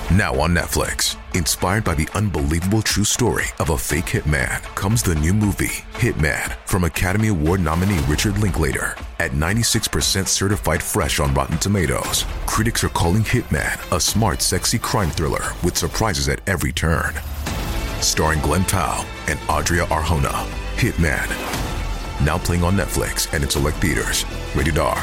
Now on Netflix, inspired by the unbelievable true story of a fake hitman, comes the new movie, Hitman, from Academy Award nominee Richard Linklater. At 96% certified fresh on Rotten Tomatoes, critics are calling Hitman a smart, sexy crime thriller with surprises at every turn. Starring Glenn Powell and Adria Arjona, Hitman. Now playing on Netflix and in select theaters. Rated R.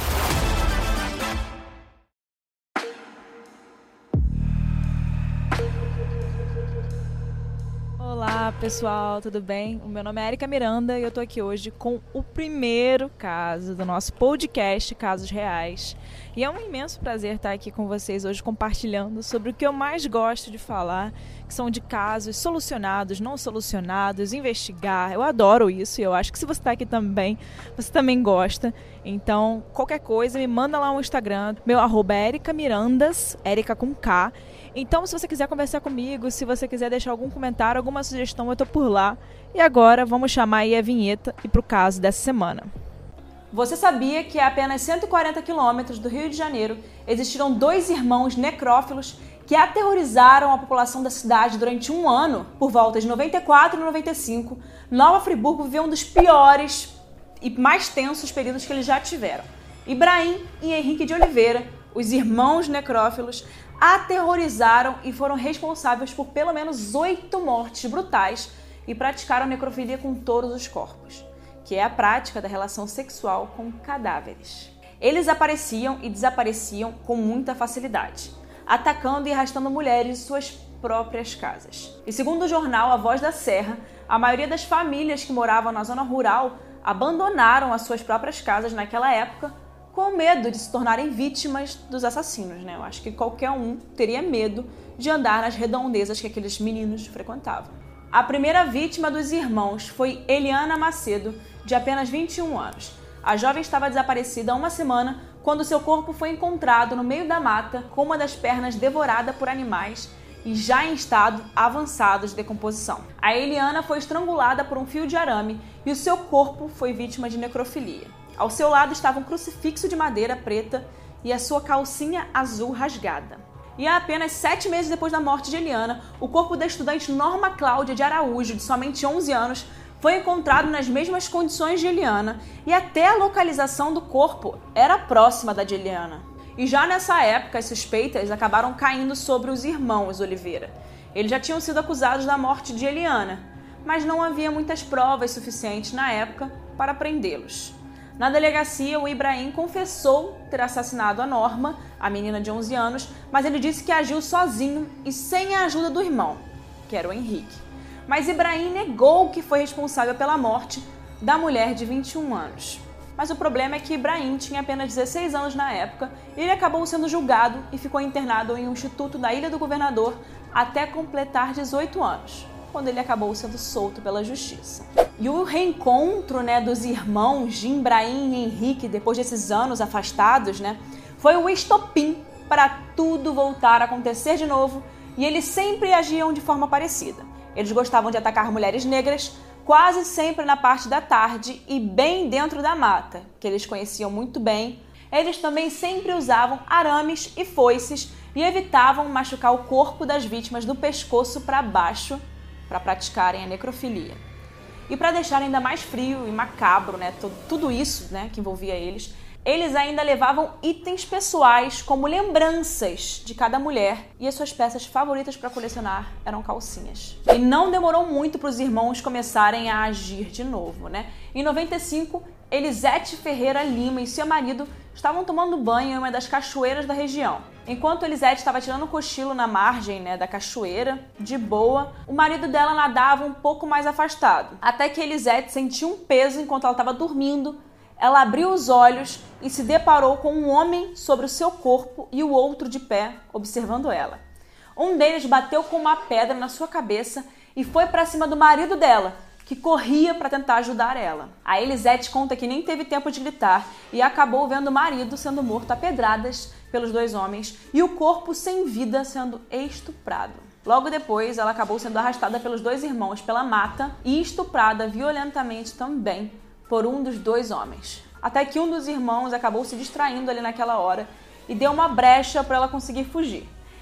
Olá pessoal, tudo bem? O meu nome é Erika Miranda e eu tô aqui hoje com o primeiro caso do nosso podcast Casos Reais. E é um imenso prazer estar aqui com vocês hoje compartilhando sobre o que eu mais gosto de falar, que são de casos solucionados, não solucionados, investigar. Eu adoro isso e eu acho que se você está aqui também, você também gosta. Então, qualquer coisa, me manda lá no Instagram, meu @ é Erika Mirandas, Erika com K. Então, se você quiser conversar comigo, se você quiser deixar algum comentário, alguma sugestão, eu tô por lá. E agora, vamos chamar aí a vinheta e pro caso dessa semana. Você sabia que a apenas 140 quilômetros do Rio de Janeiro existiram 2 irmãos necrófilos que aterrorizaram a população da cidade durante um ano? Por volta de 94 e 95, Nova Friburgo viveu um dos piores e mais tensos períodos que eles já tiveram. Ibrahim e Henrique de Oliveira, os irmãos necrófilos, aterrorizaram e foram responsáveis por pelo menos 8 mortes brutais e praticaram necrofilia com todos os corpos, que é a prática da relação sexual com cadáveres. Eles apareciam e desapareciam com muita facilidade, atacando e arrastando mulheres de suas próprias casas. E segundo o jornal A Voz da Serra, a maioria das famílias que moravam na zona rural abandonaram as suas próprias casas naquela época com medo de se tornarem vítimas dos assassinos, né? Eu acho que qualquer um teria medo de andar nas redondezas que aqueles meninos frequentavam. A primeira vítima dos irmãos foi Eliana Macedo, de apenas 21 anos. A jovem estava desaparecida há uma semana quando seu corpo foi encontrado no meio da mata com uma das pernas devorada por animais e já em estado avançado de decomposição. A Eliana foi estrangulada por um fio de arame e o seu corpo foi vítima de necrofilia. Ao seu lado estava um crucifixo de madeira preta e a sua calcinha azul rasgada. E há apenas 7 meses depois da morte de Eliana, o corpo da estudante Norma Cláudia de Araújo, de somente 11 anos, foi encontrado nas mesmas condições de Eliana e até a localização do corpo era próxima da de Eliana. E já nessa época, as suspeitas acabaram caindo sobre os irmãos Oliveira. Eles já tinham sido acusados da morte de Eliana, mas não havia muitas provas suficientes na época para prendê-los. Na delegacia, o Ibrahim confessou ter assassinado a Norma, a menina de 11 anos, mas ele disse que agiu sozinho e sem a ajuda do irmão, que era o Henrique. Mas Ibrahim negou que foi responsável pela morte da mulher de 21 anos. Mas o problema é que Ibrahim tinha apenas 16 anos na época e ele acabou sendo julgado e ficou internado em um instituto da Ilha do Governador até completar 18 anos, quando ele acabou sendo solto pela justiça. E o reencontro, dos irmãos de Ibrahim e Henrique, depois desses anos afastados, foi o estopim para tudo voltar a acontecer de novo, e eles sempre agiam de forma parecida. Eles gostavam de atacar mulheres negras, quase sempre na parte da tarde e bem dentro da mata, que eles conheciam muito bem. Eles também sempre usavam arames e foices e evitavam machucar o corpo das vítimas do pescoço para baixo, para praticarem a necrofilia. E para deixar ainda mais frio e macabro, tudo isso que envolvia eles ainda levavam itens pessoais como lembranças de cada mulher e as suas peças favoritas para colecionar eram calcinhas. E não demorou muito para os irmãos começarem a agir de novo. Em 95, Elisete Ferreira Lima e seu marido estavam tomando banho em uma das cachoeiras da região. Enquanto Elisete estava tirando um cochilo na margem da cachoeira, de boa, o marido dela nadava um pouco mais afastado. Até que Elisete sentiu um peso enquanto ela estava dormindo. Ela abriu os olhos e se deparou com um homem sobre o seu corpo e o outro de pé, observando ela. Um deles bateu com uma pedra na sua cabeça e foi para cima do marido dela, que corria para tentar ajudar ela. A Elisete conta que nem teve tempo de gritar e acabou vendo o marido sendo morto a pedradas pelos 2 homens e o corpo sem vida sendo estuprado. Logo depois, ela acabou sendo arrastada pelos 2 irmãos pela mata e estuprada violentamente também por um dos 2 homens. Até que um dos irmãos acabou se distraindo ali naquela hora e deu uma brecha para ela conseguir fugir.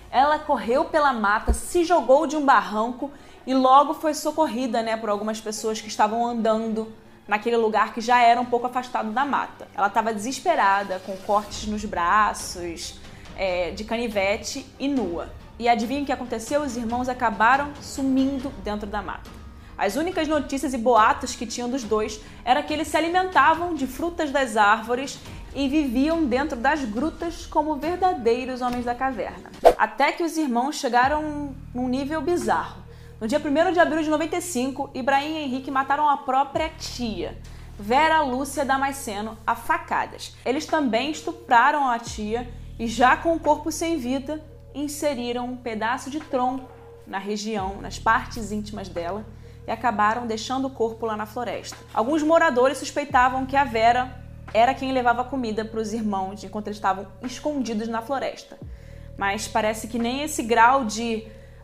ela correu pela mata, se jogou de um barranco e logo foi socorrida, né, por algumas pessoas que estavam andando naquele lugar que já era um pouco afastado da mata. Ela estava desesperada, com cortes nos braços, de canivete e nua. E adivinha o que aconteceu? Os irmãos acabaram sumindo dentro da mata. As únicas notícias e boatos que tinham dos dois era que eles se alimentavam de frutas das árvores e viviam dentro das grutas como verdadeiros homens da caverna. Até que os irmãos chegaram num nível bizarro. No dia 1º de abril de 95, Ibrahim e Henrique mataram a própria tia, Vera Lúcia Damasceno, a facadas. Eles também estupraram a tia e, já com o corpo sem vida, inseriram um pedaço de tronco na região, nas partes íntimas dela, e acabaram deixando o corpo lá na floresta. Alguns moradores suspeitavam que a Vera era quem levava comida para os irmãos enquanto eles estavam escondidos na floresta. Mas parece que nem esse grau de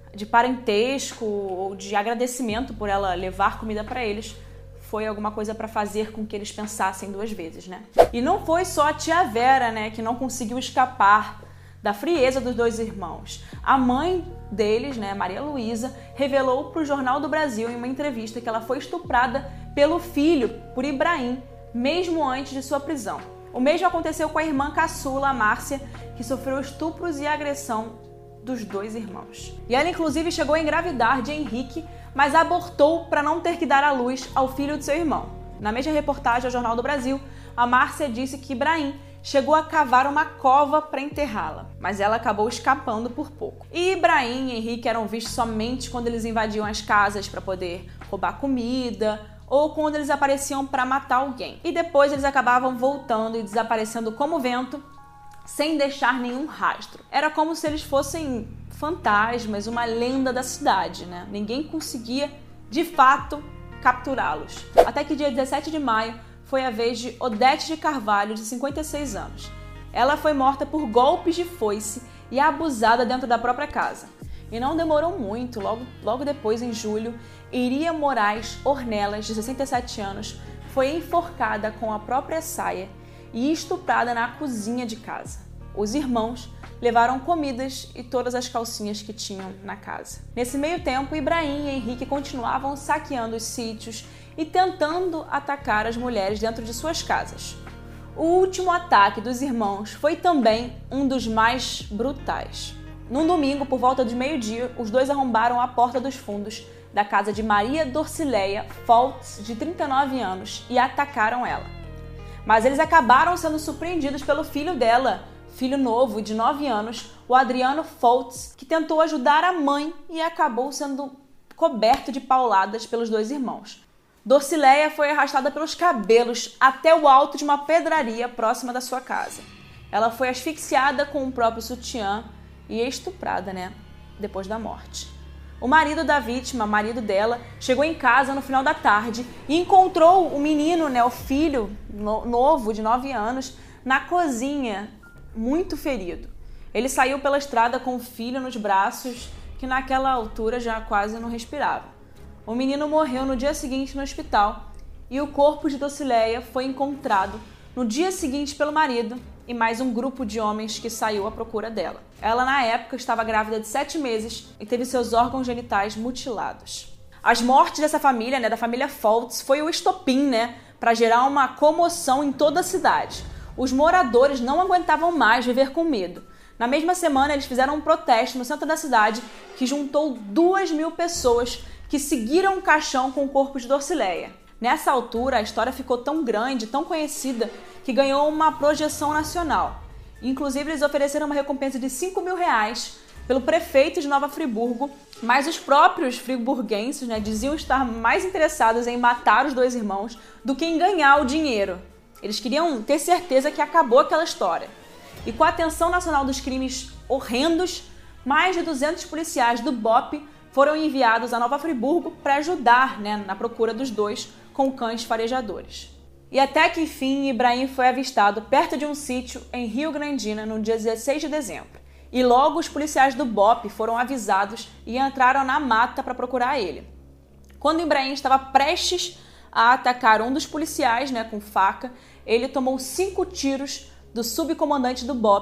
parentesco ou de agradecimento por ela levar comida para eles foi alguma coisa para fazer com que eles pensassem duas vezes, né? E não foi só a tia Vera, né, que não conseguiu escapar da frieza dos dois irmãos. A mãe deles, né, Maria Luísa, revelou para o Jornal do Brasil em uma entrevista que ela foi estuprada pelo filho, por Ibrahim, mesmo antes de sua prisão. O mesmo aconteceu com a irmã caçula, Márcia, que sofreu estupros e agressão dos dois irmãos. E ela inclusive chegou a engravidar de Henrique, mas abortou para não ter que dar à luz ao filho de seu irmão. Na mesma reportagem ao Jornal do Brasil, a Márcia disse que Ibrahim chegou a cavar uma cova para enterrá-la, mas ela acabou escapando por pouco. E Ibrahim e Henrique eram vistos somente quando eles invadiam as casas para poder roubar comida ou quando eles apareciam para matar alguém. E depois eles acabavam voltando e desaparecendo como vento, sem deixar nenhum rastro. Era como se eles fossem fantasmas, uma lenda da cidade, né? Ninguém conseguia, de fato, capturá-los. Até que dia 17 de maio foi a vez de Odete de Carvalho, de 56 anos. Ela foi morta por golpes de foice e abusada dentro da própria casa. E não demorou muito, logo depois, em julho, Iria Moraes Ornelas, de 67 anos, foi enforcada com a própria saia e estuprada na cozinha de casa. Os irmãos levaram comidas e todas as calcinhas que tinham na casa. Nesse meio tempo, Ibrahim e Henrique continuavam saqueando os sítios e tentando atacar as mulheres dentro de suas casas. O último ataque dos irmãos foi também um dos mais brutais. Num domingo, por volta de meio-dia, os dois arrombaram a porta dos fundos da casa de Maria Dorcileia Foltz, de 39 anos, e atacaram ela. Mas eles acabaram sendo surpreendidos pelo filho dela, filho novo de 9 anos, o Adriano Foltz, que tentou ajudar a mãe e acabou sendo coberto de pauladas pelos dois irmãos. Dorcileia foi arrastada pelos cabelos até o alto de uma pedraria próxima da sua casa. Ela foi asfixiada com o próprio sutiã e estuprada, depois da morte. O marido da vítima, marido dela, chegou em casa no final da tarde e encontrou o menino, o filho novo de 9 anos, na cozinha, muito ferido. Ele saiu pela estrada com o filho nos braços, que naquela altura já quase não respirava. O menino morreu no dia seguinte no hospital e o corpo de Dorcileia foi encontrado no dia seguinte pelo marido e mais um grupo de homens que saiu à procura dela. Ela, na época, estava grávida de 7 meses e teve seus órgãos genitais mutilados. As mortes dessa família, da família Foltz, foi o estopim, para gerar uma comoção em toda a cidade. Os moradores não aguentavam mais viver com medo. Na mesma semana, eles fizeram um protesto no centro da cidade que juntou 2.000 pessoas que seguiram o caixão com o corpo de Dorcileia. Nessa altura, a história ficou tão grande, tão conhecida, que ganhou uma projeção nacional. Inclusive, eles ofereceram uma recompensa de R$5.000 pelo prefeito de Nova Friburgo, mas os próprios friburguenses diziam estar mais interessados em matar os dois irmãos do que em ganhar o dinheiro. Eles queriam ter certeza que acabou aquela história. E com a atenção nacional dos crimes horrendos, mais de 200 policiais do BOPE foram enviados a Nova Friburgo para ajudar na procura dos dois com cães farejadores. E até que enfim, Ibrahim foi avistado perto de um sítio em Rio Grandina no dia 16 de dezembro. E logo os policiais do BOPE foram avisados e entraram na mata para procurar ele. Quando Ibrahim estava prestes a atacar um dos policiais com faca, ele tomou 5 tiros do subcomandante do BOPE,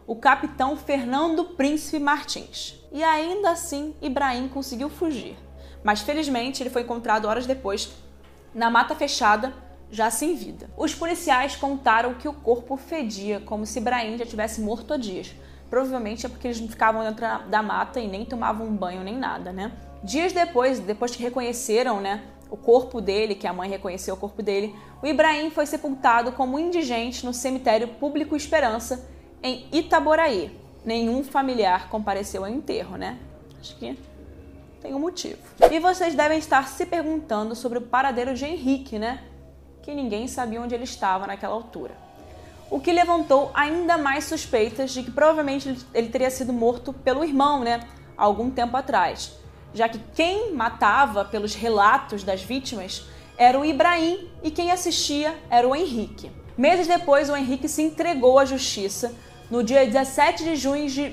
o capitão Fernando Príncipe Martins. E ainda assim, Ibrahim conseguiu fugir. Mas felizmente ele foi encontrado horas depois na mata fechada, já sem vida. Os policiais contaram que o corpo fedia como se Ibrahim já tivesse morto há dias. Provavelmente é porque eles não ficavam dentro da mata e nem tomavam um banho nem nada, né? Dias depois que reconheceram, né, o corpo dele, que a mãe reconheceu o corpo dele, o Ibrahim foi sepultado como indigente no cemitério Público Esperança, em Itaboraí. Nenhum familiar compareceu ao enterro, né? Acho que tem um motivo. E vocês devem estar se perguntando sobre o paradeiro de Henrique, né? Que ninguém sabia onde ele estava naquela altura. O que levantou ainda mais suspeitas de que provavelmente ele teria sido morto pelo irmão, né? Há algum tempo atrás. Já que quem matava, pelos relatos das vítimas, era o Ibrahim e quem assistia era o Henrique. Meses depois, o Henrique se entregou à justiça no dia 17 de junho de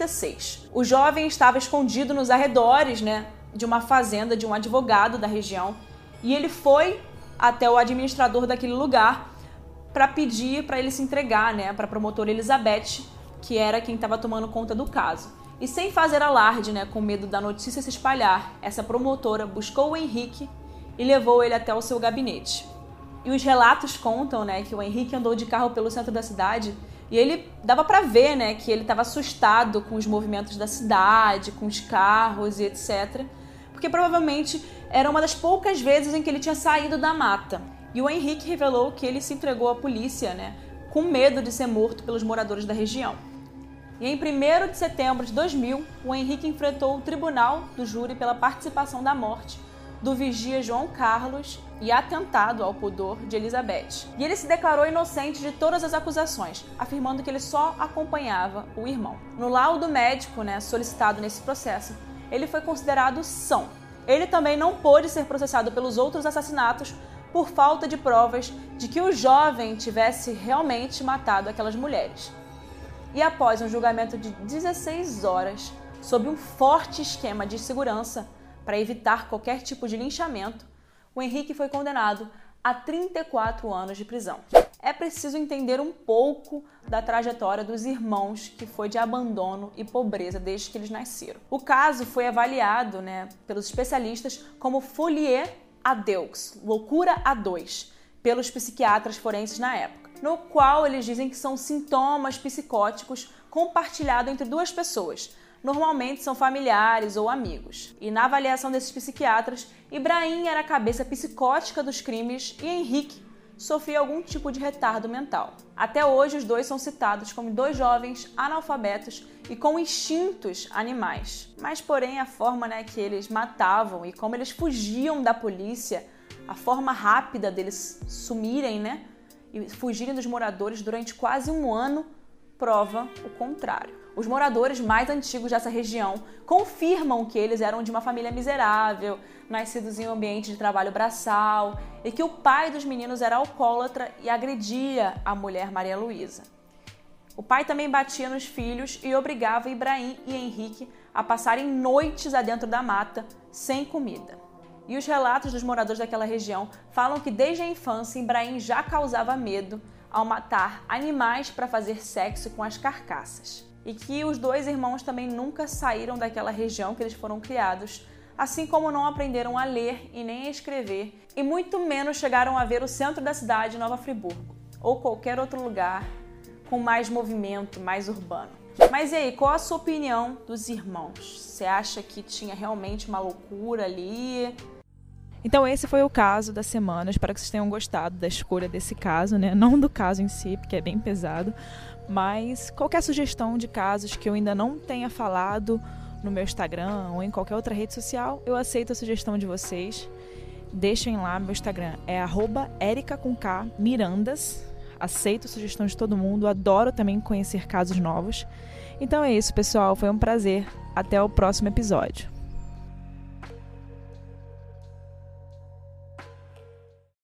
96. O jovem estava escondido nos arredores, né, de uma fazenda de um advogado da região e ele foi até o administrador daquele lugar para pedir para ele se entregar, né, para a promotora Elizabeth, que era quem estava tomando conta do caso. E sem fazer alarde, né, com medo da notícia se espalhar, essa promotora buscou o Henrique e levou ele até o seu gabinete. E os relatos contam, né, que o Henrique andou de carro pelo centro da cidade e ele dava para ver, né, que ele estava assustado com os movimentos da cidade, com os carros e etc. Porque provavelmente era uma das poucas vezes em que ele tinha saído da mata. E o Henrique revelou que ele se entregou à polícia, né, com medo de ser morto pelos moradores da região. E em 1º de setembro de 2000, o Henrique enfrentou o tribunal do júri pela participação da morte do vigia João Carlos e atentado ao pudor de Elizabeth. E ele se declarou inocente de todas as acusações, afirmando que ele só acompanhava o irmão. No laudo médico, né, solicitado nesse processo, ele foi considerado são. Ele também não pôde ser processado pelos outros assassinatos por falta de provas de que o jovem tivesse realmente matado aquelas mulheres. E após um julgamento de 16 horas, sob um forte esquema de segurança para evitar qualquer tipo de linchamento, o Henrique foi condenado a 34 anos de prisão. É preciso entender um pouco da trajetória dos irmãos, que foi de abandono e pobreza desde que eles nasceram. O caso foi avaliado, né, pelos especialistas como folie à deux, loucura a dois, pelos psiquiatras forenses na época, no qual eles dizem que são sintomas psicóticos compartilhados entre duas pessoas. Normalmente são familiares ou amigos. E na avaliação desses psiquiatras, Ibrahim era a cabeça psicótica dos crimes e Henrique sofria algum tipo de retardo mental. Até hoje, os dois são citados como dois jovens analfabetos e com instintos animais. Mas, porém, a forma, né, que eles matavam e como eles fugiam da polícia, a forma rápida deles sumirem, né, e fugirem dos moradores durante quase um ano, prova o contrário. Os moradores mais antigos dessa região confirmam que eles eram de uma família miserável, nascidos em um ambiente de trabalho braçal, e que o pai dos meninos era alcoólatra e agredia a mulher Maria Luísa. O pai também batia nos filhos e obrigava Ibrahim e Henrique a passarem noites adentro da mata, sem comida. E os relatos dos moradores daquela região falam que desde a infância Ibrahim já causava medo ao matar animais para fazer sexo com as carcaças. E que os dois irmãos também nunca saíram daquela região que eles foram criados, assim como não aprenderam a ler e nem a escrever, e muito menos chegaram a ver o centro da cidade, Nova Friburgo, ou qualquer outro lugar com mais movimento, mais urbano. Mas e aí, qual a sua opinião dos irmãos? Você acha que tinha realmente uma loucura ali? Então esse foi o caso da semana, espero que vocês tenham gostado da escolha desse caso, né? Não do caso em si, porque é bem pesado, mas qualquer sugestão de casos que eu ainda não tenha falado no meu Instagram ou em qualquer outra rede social, eu aceito a sugestão de vocês. Deixem lá, meu Instagram é @erica_mirandas, aceito a sugestão de todo mundo, adoro também conhecer casos novos. Então é isso, pessoal, foi um prazer, até o próximo episódio.